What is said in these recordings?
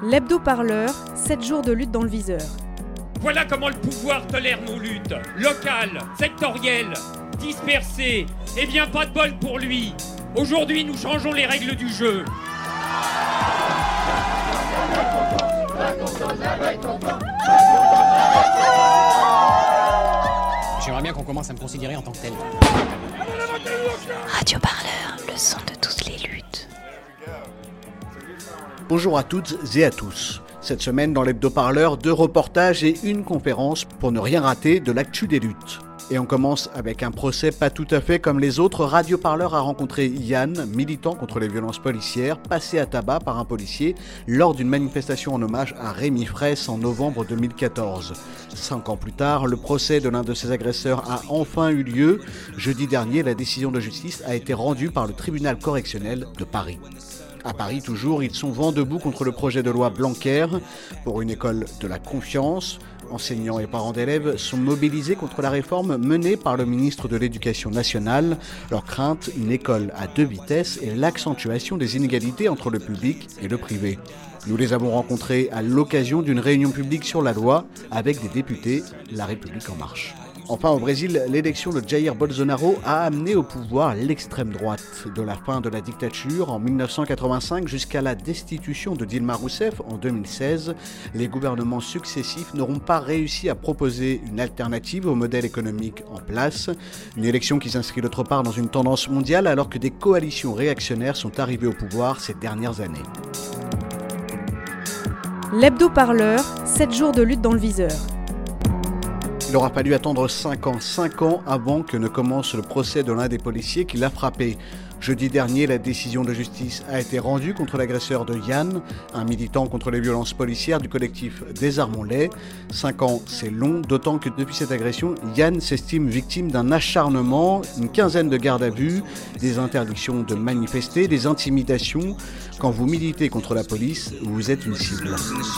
L'hebdo-parleur, 7 jours de lutte dans le viseur. Voilà comment le pouvoir tolère nos luttes. Locales, sectorielles, dispersées. Eh bien, pas de bol pour lui. Aujourd'hui, nous changeons les règles du jeu. J'aimerais bien qu'on commence à me considérer en tant que tel. Radio Parleur, le son de toutes les luttes. Bonjour à toutes et à tous. Cette semaine, dans l'hebdo-parleur, 2 reportages et une conférence pour ne rien rater de l'actu des luttes. Et on commence avec un procès pas tout à fait comme les autres. Radio Parleur a rencontré Yann, militant contre les violences policières, passé à tabac par un policier lors d'une manifestation en hommage à Rémi Fraisse en novembre 2014. 5 ans plus tard, le procès de l'un de ses agresseurs a enfin eu lieu. Jeudi dernier, la décision de justice a été rendue par le tribunal correctionnel de Paris. À Paris, toujours, ils sont vent debout contre le projet de loi Blanquer pour une école de la confiance. Enseignants et parents d'élèves sont mobilisés contre la réforme menée par le ministre de l'Éducation nationale. Leur crainte, une école à 2 vitesses et l'accentuation des inégalités entre le public et le privé. Nous les avons rencontrés à l'occasion d'une réunion publique sur la loi avec des députés La République En Marche. Enfin, au Brésil, l'élection de Jair Bolsonaro a amené au pouvoir l'extrême droite. De la fin de la dictature en 1985 jusqu'à la destitution de Dilma Rousseff en 2016, les gouvernements successifs n'auront pas réussi à proposer une alternative au modèle économique en place. Une élection qui s'inscrit d'autre part dans une tendance mondiale alors que des coalitions réactionnaires sont arrivées au pouvoir ces dernières années. L'hebdo-parleur, 7 jours de lutte dans le viseur. Il aura fallu attendre 5 ans avant que ne commence le procès de l'un des policiers qui l'a frappé. Jeudi dernier, la décision de justice a été rendue contre l'agresseur de Yann, un militant contre les violences policières du collectif Désarmons-les. 5 ans, c'est long, d'autant que depuis cette agression, Yann s'estime victime d'un acharnement, une quinzaine de gardes à vue, des interdictions de manifester, des intimidations. Quand vous militez contre la police, vous êtes une cible.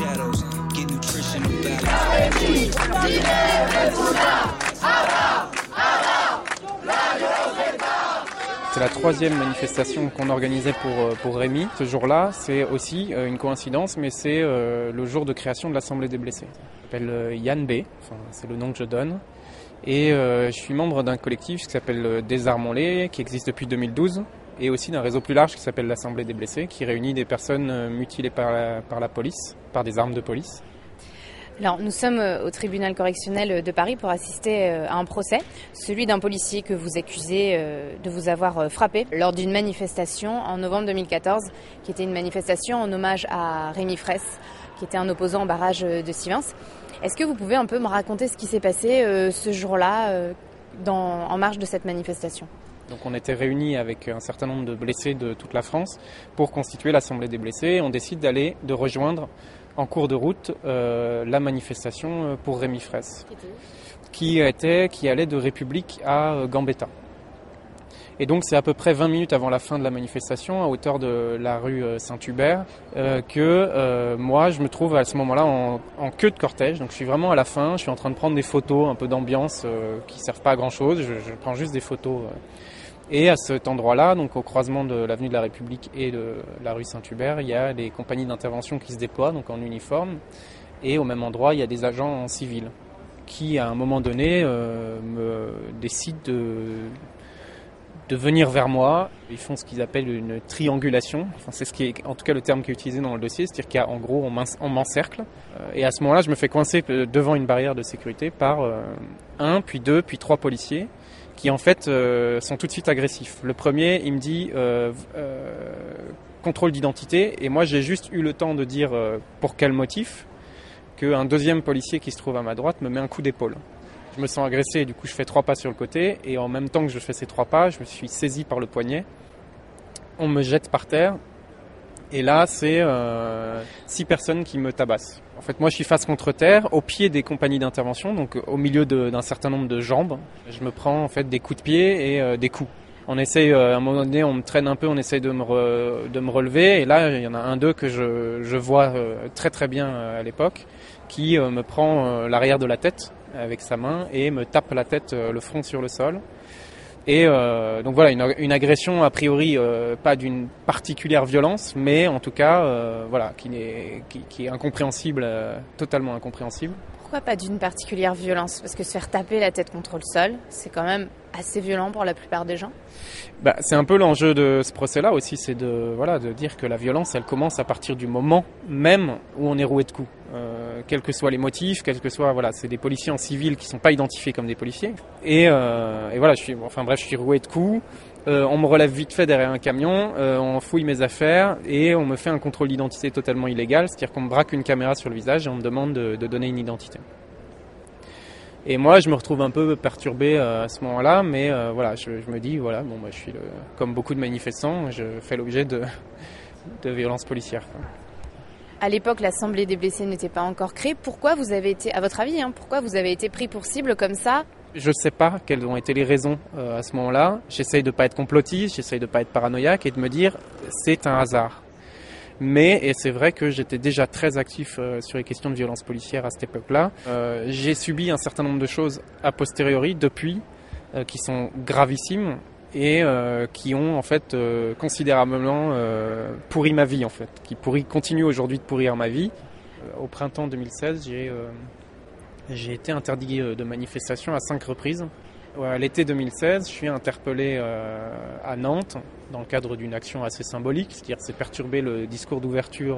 C'est la 3e manifestation qu'on organisait pour Rémi. Ce jour-là, c'est aussi une coïncidence, mais c'est le jour de création de l'Assemblée des blessés. Je m'appelle Yann B, c'est le nom que je donne. Et je suis membre d'un collectif qui s'appelle Désarmons-les, qui existe depuis 2012. Et aussi d'un réseau plus large qui s'appelle l'Assemblée des blessés, qui réunit des personnes mutilées par la police, par des armes de police. Alors, nous sommes au tribunal correctionnel de Paris pour assister à un procès, celui d'un policier que vous accusez de vous avoir frappé lors d'une manifestation en novembre 2014, qui était une manifestation en hommage à Rémi Fraisse, qui était un opposant au barrage de Sivens. Est-ce que vous pouvez un peu me raconter ce qui s'est passé ce jour-là en marge de cette manifestation ? Donc on était réunis avec un certain nombre de blessés de toute la France pour constituer l'Assemblée des blessés. On décide de rejoindre en cours de route la manifestation pour Rémi Fraisse, qui allait de République à Gambetta. Et donc c'est à peu près 20 minutes avant la fin de la manifestation, à hauteur de la rue Saint-Hubert, que moi je me trouve à ce moment-là en queue de cortège. Donc je suis vraiment à la fin, je suis en train de prendre des photos un peu d'ambiance qui servent pas à grand-chose, je prends juste des photos. Et à cet endroit-là, donc au croisement de l'avenue de la République et de la rue Saint-Hubert, il y a des compagnies d'intervention qui se déploient, donc en uniforme. Et au même endroit, il y a des agents en civil qui, à un moment donné, me décident de venir vers moi. Ils font ce qu'ils appellent une triangulation. Enfin, c'est ce qui est, en tout cas, le terme qui est utilisé dans le dossier, c'est-à-dire qu'en gros, on m'encercle. Et à ce moment-là, je me fais coincer devant une barrière de sécurité par 1, puis 2, puis 3 policiers qui en fait sont tout de suite agressifs. Le premier, il me dit contrôle d'identité, et moi j'ai juste eu le temps de dire pour quel motif, qu'un deuxième policier qui se trouve à ma droite me met un coup d'épaule. Je me sens agressé, et du coup je fais 3 pas sur le côté, et en même temps que je fais ces 3 pas, je me suis saisi par le poignet, on me jette par terre, et là c'est 6 personnes qui me tabassent. En fait, moi, je suis face contre terre, au pied des compagnies d'intervention, donc au milieu d'un certain nombre de jambes. Je me prends en fait des coups de pied et des coups. On essaye, à un moment donné, on me traîne un peu, on essaye de me relever. Et là, il y en a un d'eux que je vois très très bien à l'époque, qui me prend l'arrière de la tête avec sa main et me tape la tête, le front sur le sol. Et donc voilà, une agression a priori pas d'une particulière violence, mais en tout cas voilà, qui est incompréhensible, totalement incompréhensible. Pourquoi pas d'une particulière violence ? Parce que se faire taper la tête contre le sol, c'est quand même assez violent pour la plupart des gens. C'est un peu l'enjeu de ce procès-là aussi, c'est de dire que la violence, elle commence à partir du moment même où on est roué de coups. Quels que soient les motifs, c'est des policiers en civil qui sont pas identifiés comme des policiers. Et voilà, je suis roué de coups. On me relève vite fait derrière un camion, on fouille mes affaires et on me fait un contrôle d'identité totalement illégal, c'est-à-dire qu'on me braque une caméra sur le visage et on me demande de donner une identité. Et moi, je me retrouve un peu perturbé à ce moment-là, mais je me dis, je suis comme beaucoup de manifestants, je fais l'objet de violences policières, quoi. À l'époque, l'Assemblée des blessés n'était pas encore créée. Pourquoi vous avez été, à votre avis, pourquoi vous avez été pris pour cible comme ça ? Je ne sais pas quelles ont été les raisons à ce moment-là. J'essaye de ne pas être complotiste, j'essaye de ne pas être paranoïaque et de me dire c'est un hasard. Et c'est vrai que j'étais déjà très actif sur les questions de violence policière à cette époque-là. J'ai subi un certain nombre de choses a posteriori depuis qui sont gravissimes et qui ont en fait considérablement pourri ma vie en fait, qui continuent aujourd'hui de pourrir ma vie. Au printemps 2016, j'ai été interdit de manifestation à 5 reprises. À l'été 2016, je suis interpellé à Nantes dans le cadre d'une action assez symbolique, c'est-à-dire c'est perturber le discours d'ouverture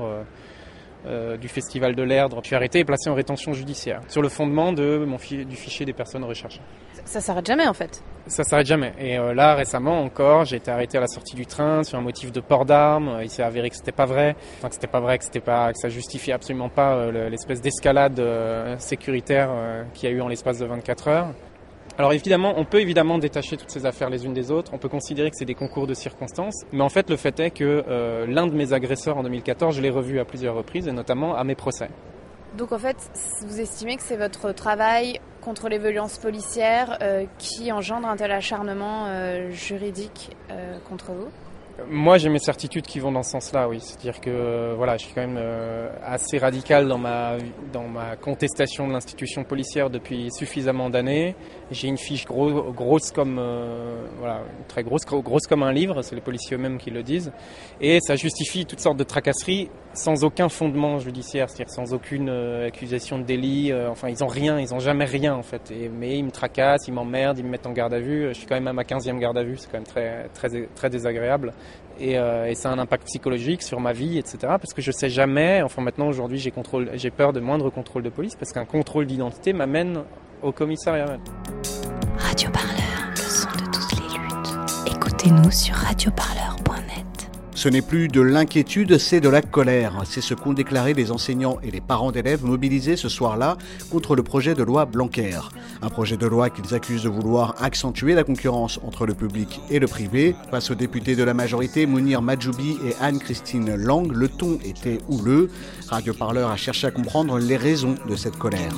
du Festival de l'Erdre. Je suis arrêté et placé en rétention judiciaire sur le fondement du fichier des personnes recherchées. Ça s'arrête jamais en fait. Ça s'arrête jamais. Et là, récemment encore, j'ai été arrêté à la sortie du train sur un motif de port d'armes. Il s'est avéré que c'était pas vrai. Que ça justifiait absolument pas l'espèce d'escalade sécuritaire qu'il y a eu en l'espace de 24 heures. Alors évidemment, on peut détacher toutes ces affaires les unes des autres. On peut considérer que c'est des concours de circonstances. Mais en fait, le fait est que l'un de mes agresseurs en 2014, je l'ai revu à plusieurs reprises et notamment à mes procès. Donc en fait, vous estimez que c'est votre travail contre les violences policières qui engendre un tel acharnement juridique contre vous ? Moi, j'ai mes certitudes qui vont dans ce sens-là, oui. C'est-à-dire que je suis quand même assez radical dans ma contestation de l'institution policière depuis suffisamment d'années. J'ai une fiche grosse comme très grosse comme un livre. C'est les policiers eux-mêmes qui le disent. Et ça justifie toutes sortes de tracasseries sans aucun fondement judiciaire, c'est-à-dire sans aucune accusation de délit. Ils ont rien, ils ont jamais rien en fait. Mais ils me tracassent, ils m'emmerdent, ils me mettent en garde à vue. Je suis quand même à ma 15e garde à vue. C'est quand même très très très désagréable. Et ça a un impact psychologique sur ma vie, etc. Parce que je sais jamais, maintenant aujourd'hui j'ai peur de moindre contrôle de police parce qu'un contrôle d'identité m'amène au commissariat. Radio Parleur, le son de toutes les luttes. Écoutez-nous sur radioparleur.net. Ce n'est plus de l'inquiétude, c'est de la colère. C'est ce qu'ont déclaré les enseignants et les parents d'élèves mobilisés ce soir-là contre le projet de loi Blanquer. Un projet de loi qu'ils accusent de vouloir accentuer la concurrence entre le public et le privé. Face aux députés de la majorité, Mounir Majoubi et Anne-Christine Lang, le ton était houleux. Radio Parleur a cherché à comprendre les raisons de cette colère.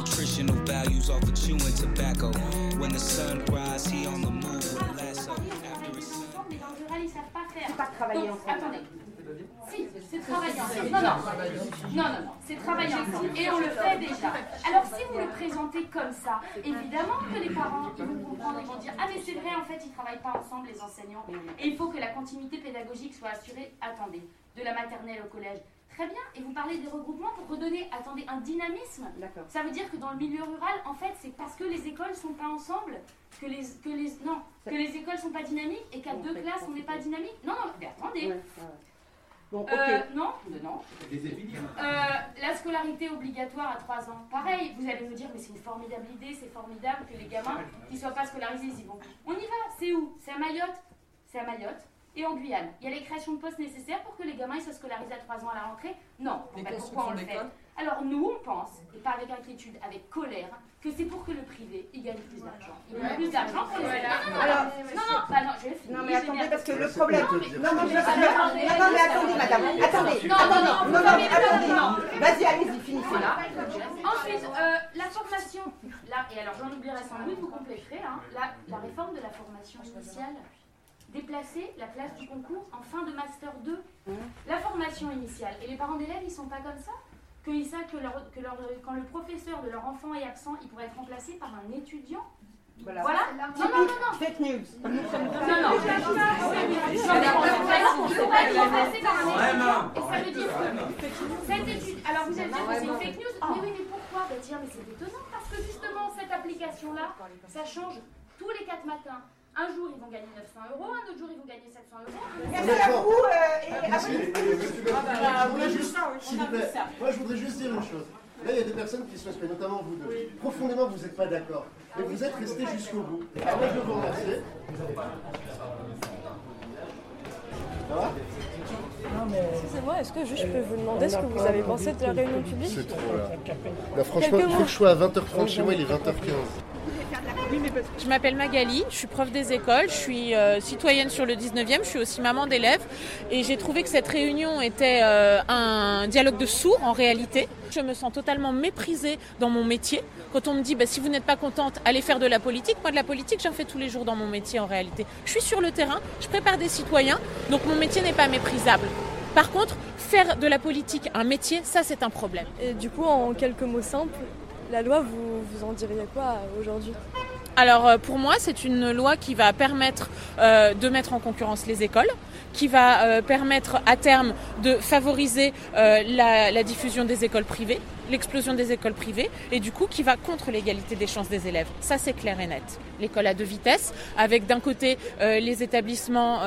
Travailler ensemble. Attendez. Si, c'est travailler ensemble. Non, c'est travailler ensemble. Et on le fait déjà. Alors si vous le présentez comme ça, évidemment que les parents ils vont comprendre, ils vont dire ah mais c'est vrai en fait ils travaillent pas ensemble les enseignants. Et il faut que la continuité pédagogique soit assurée. Attendez, de la maternelle au collège. Très bien, et vous parlez des regroupements pour redonner, un dynamisme. D'accord. Ça veut dire que dans le milieu rural, en fait, c'est parce que les écoles sont pas ensemble que les écoles sont pas dynamiques et qu'à deux classes on n'est pas dynamique. Non, mais attendez. Bon, okay. Non. La scolarité obligatoire à 3 ans. Pareil, vous allez me dire, mais c'est une formidable idée, c'est formidable que les gamins qui soient pas scolarisés, ils y vont. On y va, c'est où ? C'est à Mayotte. Et en Guyane, il y a les créations de postes nécessaires pour que les gamins ils se scolarisent à 3 ans à la rentrée ? Non. Pourquoi on le fait ? Alors nous, on pense, et pas avec inquiétude, avec colère, que c'est pour que le privé il gagne plus d'argent. Il gagne plus d'argent pour les élèves. Non, je vais finir. Non, mais attendez, parce que le problème... attendez, madame. Attendez. Vas-y, allez-y, finissez là. Ensuite, la formation. Là, et alors j'en oublierai sans doute, vous compléterez, la réforme de la formation initiale. Déplacer la place du concours en fin de Master 2. La formation initiale. Et les parents d'élèves, ils sont pas comme ça ? Qu'ils savent que quand le professeur de leur enfant est absent, il pourrait être remplacé par un étudiant ? Voilà. Non. Fake news. Non. Et ça veut dire que cette étude. Alors vous allez dire que c'est une fake news. Mais pourquoi ? Mais c'est étonnant parce que justement cette application-là, ça change tous les 4 matins. Un jour ils vont gagner 900 €, un autre jour ils vont gagner 700 €. Merci à vous. Moi je voudrais juste dire une chose. Là, il y a des personnes qui sont exprimées, notamment vous deux. Profondément, vous n'êtes pas d'accord. Et vous êtes restés jusqu'au bout. Alors, moi, je veux vous remercier. Ça va ? Excusez-moi, est-ce que juste je peux vous demander ce que vous avez pensé de la réunion publique ? C'est trop là. Là, franchement, il faut que je sois à 20h30 chez moi, il est 20h15. Je m'appelle Magali, je suis prof des écoles, je suis citoyenne sur le 19e, je suis aussi maman d'élèves et j'ai trouvé que cette réunion était un dialogue de sourds en réalité. Je me sens totalement méprisée dans mon métier. Quand on me dit si vous n'êtes pas contente, allez faire de la politique. Moi de la politique j'en fais tous les jours dans mon métier en réalité. Je suis sur le terrain, je prépare des citoyens, donc mon métier n'est pas méprisable. Par contre, faire de la politique un métier, ça c'est un problème. Et du coup, en quelques mots simples, la loi, vous en diriez quoi aujourd'hui ? Alors pour moi, c'est une loi qui va permettre de mettre en concurrence les écoles, qui va permettre à terme de favoriser la diffusion des écoles privées, l'explosion des écoles privées, et du coup qui va contre l'égalité des chances des élèves. Ça c'est clair et net. L'école à 2 vitesses, avec d'un côté les établissements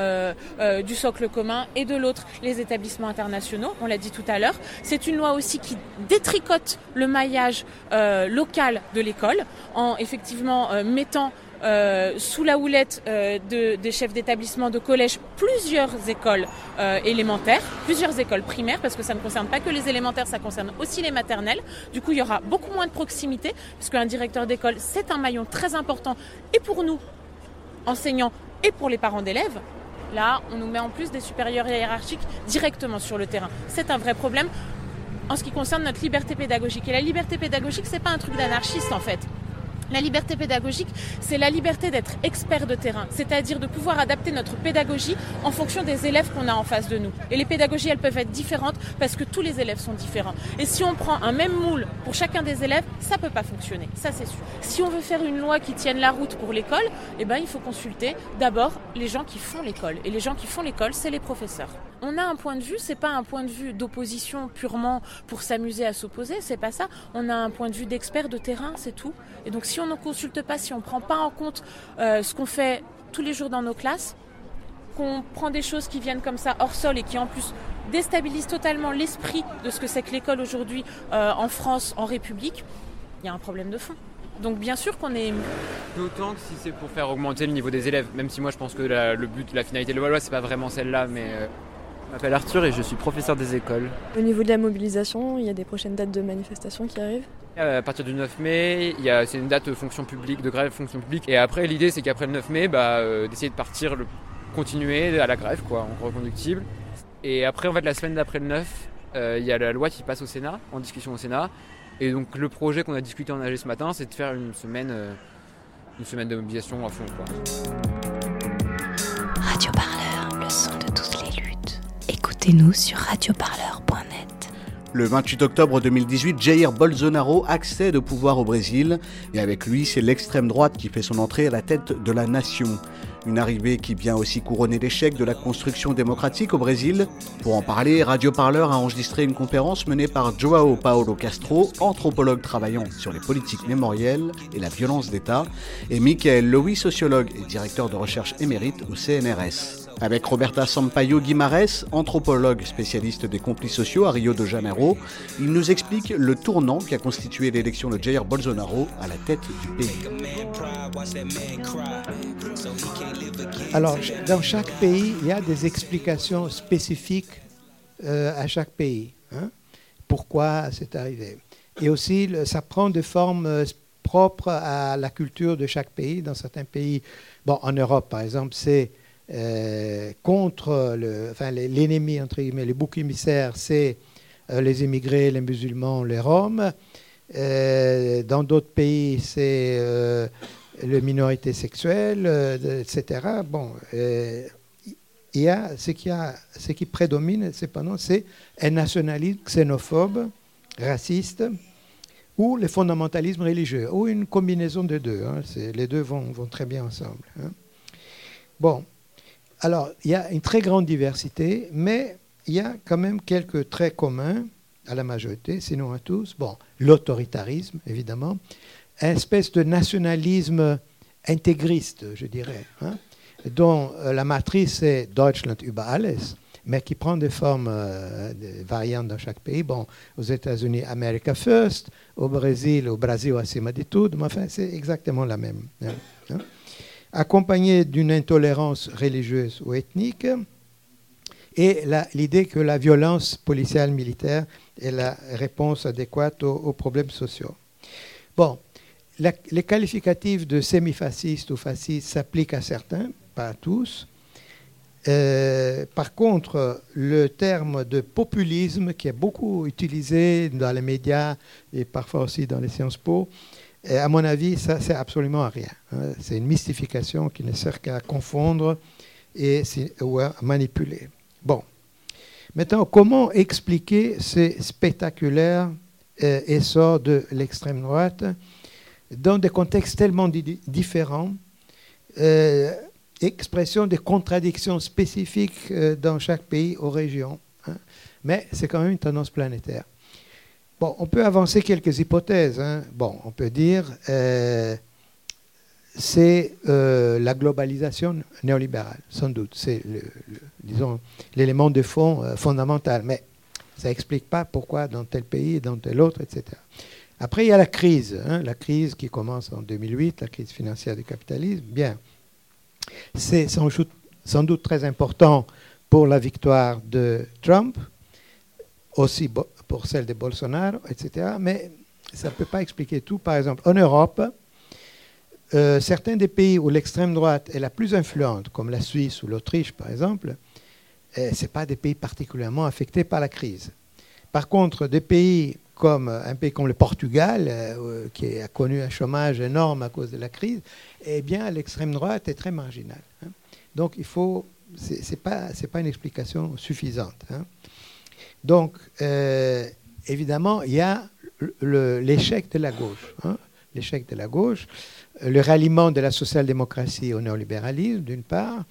du socle commun et de l'autre les établissements internationaux, on l'a dit tout à l'heure. C'est une loi aussi qui détricote le maillage local de l'école en effectivement mettant sous la houlette des chefs d'établissement de collège plusieurs écoles élémentaires, plusieurs écoles primaires, parce que ça ne concerne pas que les élémentaires, ça concerne aussi les maternelles. Du coup, il y aura beaucoup moins de proximité, parce qu'un directeur d'école, c'est un maillon très important, et pour nous, enseignants, et pour les parents d'élèves. Là, on nous met en plus des supérieurs hiérarchiques directement sur le terrain. C'est un vrai problème en ce qui concerne notre liberté pédagogique. Et la liberté pédagogique, c'est pas un truc d'anarchiste en fait. La liberté pédagogique, c'est la liberté d'être expert de terrain, c'est-à-dire de pouvoir adapter notre pédagogie en fonction des élèves qu'on a en face de nous. Et les pédagogies, elles peuvent être différentes parce que tous les élèves sont différents. Et si on prend un même moule pour chacun des élèves, ça peut pas fonctionner, ça c'est sûr. Si on veut faire une loi qui tienne la route pour l'école, il faut consulter d'abord les gens qui font l'école. Et les gens qui font l'école, c'est les professeurs. On a un point de vue, c'est pas un point de vue d'opposition purement pour s'amuser à s'opposer, c'est pas ça. On a un point de vue d'expert de terrain, c'est tout. Et donc si on ne consulte pas, si on ne prend pas en compte ce qu'on fait tous les jours dans nos classes, qu'on prend des choses qui viennent comme ça hors sol et qui en plus déstabilisent totalement l'esprit de ce que c'est que l'école aujourd'hui en France, en République, il y a un problème de fond. Donc bien sûr qu'on est ému. D'autant que si c'est pour faire augmenter le niveau des élèves, même si moi je pense que le but, la finalité de la loi, c'est pas vraiment celle-là, mais... Je m'appelle Arthur et je suis professeur des écoles. Au niveau de la mobilisation, il y a des prochaines dates de manifestation qui arrivent ? À partir du 9 mai, c'est une date fonction publique, de grève fonction publique. Et après, l'idée, c'est qu'après le 9 mai, d'essayer de partir, continuer à la grève, en reconductible. Et après, en fait, la semaine d'après le 9, il y a la loi qui passe au Sénat, en discussion au Sénat. Et donc, le projet qu'on a discuté en AG ce matin, c'est de faire une semaine de mobilisation à fond, Radio Parleur, le son de toutes les luttes. Écoutez-nous sur radioparleur.net. Le 28 octobre 2018, Jair Bolsonaro accède au pouvoir au Brésil et avec lui, c'est l'extrême droite qui fait son entrée à la tête de la nation. Une arrivée qui vient aussi couronner l'échec de la construction démocratique au Brésil. Pour en parler, Radio Parleur a enregistré une conférence menée par João Paulo Castro, anthropologue travaillant sur les politiques mémorielles et la violence d'État, et Michael Lowy, sociologue et directeur de recherche émérite au CNRS. Avec Roberta Sampaio Guimarães, anthropologue spécialiste des conflits sociaux à Rio de Janeiro, il nous explique le tournant qui a constitué l'élection de Jair Bolsonaro à la tête du pays. Alors, dans chaque pays, il y a des explications spécifiques à chaque pays. Pourquoi c'est arrivé. Et aussi, ça prend des formes propres à la culture de chaque pays. Dans certains pays, en Europe, par exemple, c'est contre l'ennemi, entre guillemets, les boucs émissaires, c'est les immigrés, les musulmans, les Roms. Dans d'autres pays, c'est les minorités sexuelles, etc. Il y a ce qui prédomine, c'est un nationalisme xénophobe, raciste, ou le fondamentalisme religieux, ou une combinaison des deux. Hein. Les deux vont très bien ensemble. Hein. Bon, alors, il y a une très grande diversité, mais il y a quand même quelques traits communs à la majorité, sinon à tous. Bon, l'autoritarisme, évidemment, une espèce de nationalisme intégriste, je dirais, hein, dont la matrice est Deutschland über alles, mais qui prend des formes des variantes dans chaque pays. Bon, aux États-Unis, America First, au Brésil acima de tudo, mais enfin, c'est exactement la même. Hein. Accompagné d'une intolérance religieuse ou ethnique, et l'idée que la violence policière militaire est la réponse adéquate aux problèmes sociaux. Bon, les qualificatifs de sémifasciste ou fasciste s'appliquent à certains, pas à tous. Par contre, le terme de populisme, qui est beaucoup utilisé dans les médias et parfois aussi dans les Sciences Po, à mon avis, ça ne sert absolument à rien. Hein. C'est une mystification qui ne sert qu'à confondre ou à manipuler. Bon. Maintenant, comment expliquer ce spectaculaire essor de l'extrême droite dans des contextes tellement différents, expression des contradictions spécifiques dans chaque pays ou région, hein. Mais c'est quand même une tendance planétaire. Bon, on peut avancer quelques hypothèses. Hein. Bon, on peut dire c'est la globalisation néolibérale, sans doute. C'est, disons, l'élément de fond fondamental. Mais ça n'explique pas pourquoi dans tel pays et dans tel autre, etc. Après, il y a la crise. Hein, la crise qui commence en 2008, la crise financière du capitalisme. Bien, c'est sans doute très important pour la victoire de Trump, aussi pour celle de Bolsonaro, etc. Mais ça ne peut pas expliquer tout. Par exemple, en Europe, certains des pays où l'extrême droite est la plus influente, comme la Suisse ou l'Autriche, par exemple, ce sont pas des pays particulièrement affectés par la crise. Par contre, un pays comme le Portugal, qui a connu un chômage énorme à cause de la crise, eh bien, l'extrême droite est très marginale. Hein. Donc, c'est pas une explication suffisante. Hein. Donc, évidemment, il y a l'échec de la gauche. Hein. L'échec de la gauche, le ralliement de la social-démocratie au néolibéralisme, d'une part,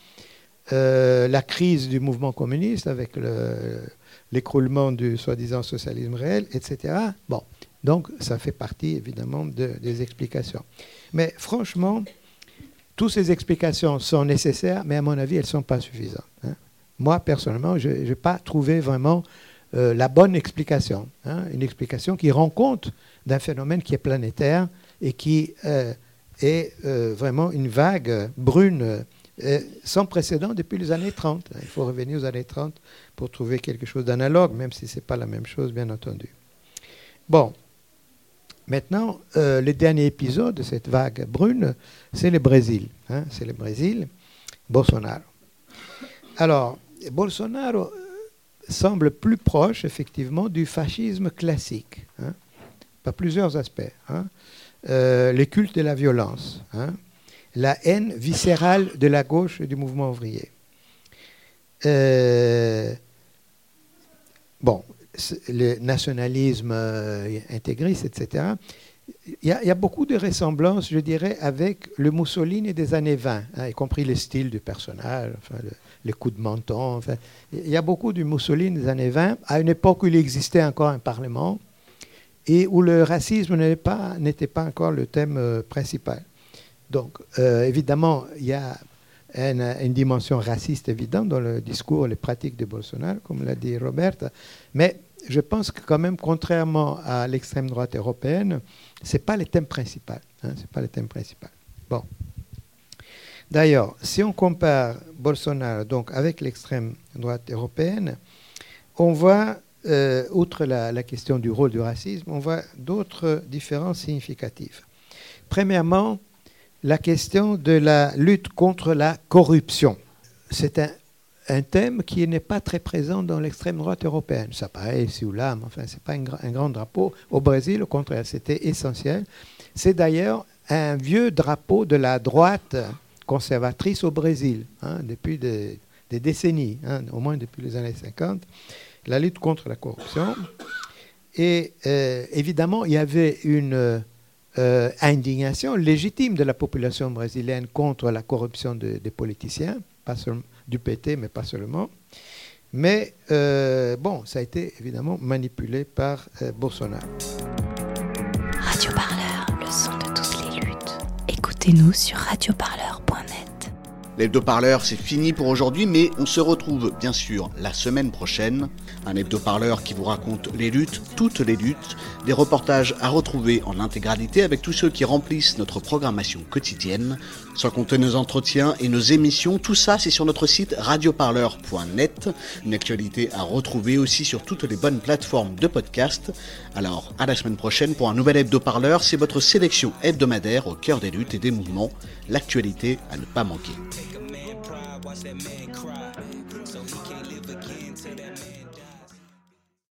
la crise du mouvement communiste avec l'écroulement du soi-disant socialisme réel, etc. Bon, donc ça fait partie évidemment des explications. Mais franchement, toutes ces explications sont nécessaires, mais à mon avis, elles ne sont pas suffisantes. Hein. Moi, personnellement, je n'ai pas trouvé vraiment la bonne explication. Hein, une explication qui rend compte d'un phénomène qui est planétaire et qui est vraiment une vague brune sans précédent depuis les années 30. Il faut revenir aux années 30 pour trouver quelque chose d'analogue, même si ce n'est pas la même chose, bien entendu. Bon, maintenant, le dernier épisode de cette vague brune, c'est le Brésil. Hein, c'est le Brésil, Bolsonaro. Alors, Bolsonaro semble plus proche, effectivement, du fascisme classique, hein, par plusieurs aspects. Hein. Le culte de la violence, hein, la haine viscérale de la gauche et du mouvement ouvrier. Bon, le nationalisme intégriste, etc. Il y a beaucoup de ressemblances, je dirais, avec le Mussolini des années 20, hein, y compris le style du personnage, enfin, les coups de menton. Enfin, il y a beaucoup du Mussolini des années 20, à une époque où il existait encore un parlement et où le racisme n'était pas encore le thème principal. Donc, évidemment, il y a une dimension raciste évidente dans le discours et les pratiques de Bolsonaro, comme l'a dit Roberta, mais je pense que quand même, contrairement à l'extrême droite européenne, ce n'est pas le thème principal. Hein, c'est pas le thème principal. Bon. D'ailleurs, si on compare Bolsonaro donc, avec l'extrême droite européenne, on voit, outre la question du rôle du racisme, on voit d'autres différences significatives. Premièrement, la question de la lutte contre la corruption. C'est un thème qui n'est pas très présent dans l'extrême droite européenne. Ça paraît ici ou là, mais enfin, ce n'est pas un grand drapeau. Au Brésil, au contraire, c'était essentiel. C'est d'ailleurs un vieux drapeau de la droite conservatrice au Brésil, hein, depuis des décennies, hein, au moins depuis les années 50. La lutte contre la corruption. Et évidemment, il y avait une indignation légitime de la population brésilienne contre la corruption des politiciens, pas seulement du PT, mais pas seulement. Mais bon, ça a été évidemment manipulé par Bolsonaro. Radio Parleur, le son de toutes les luttes. Écoutez-nous sur radioparleur.net. L'hebdo-parleur, c'est fini pour aujourd'hui, mais on se retrouve bien sûr la semaine prochaine. Un hebdo-parleur qui vous raconte les luttes, toutes les luttes, des reportages à retrouver en intégralité avec tous ceux qui remplissent notre programmation quotidienne, sans compter nos entretiens et nos émissions. Tout ça, c'est sur notre site radioparleur.net. Une actualité à retrouver aussi sur toutes les bonnes plateformes de podcast. Alors, à la semaine prochaine pour un nouvel hebdo-parleur. C'est votre sélection hebdomadaire au cœur des luttes et des mouvements. L'actualité à ne pas manquer. Watch that man cry, so he can't live again till that man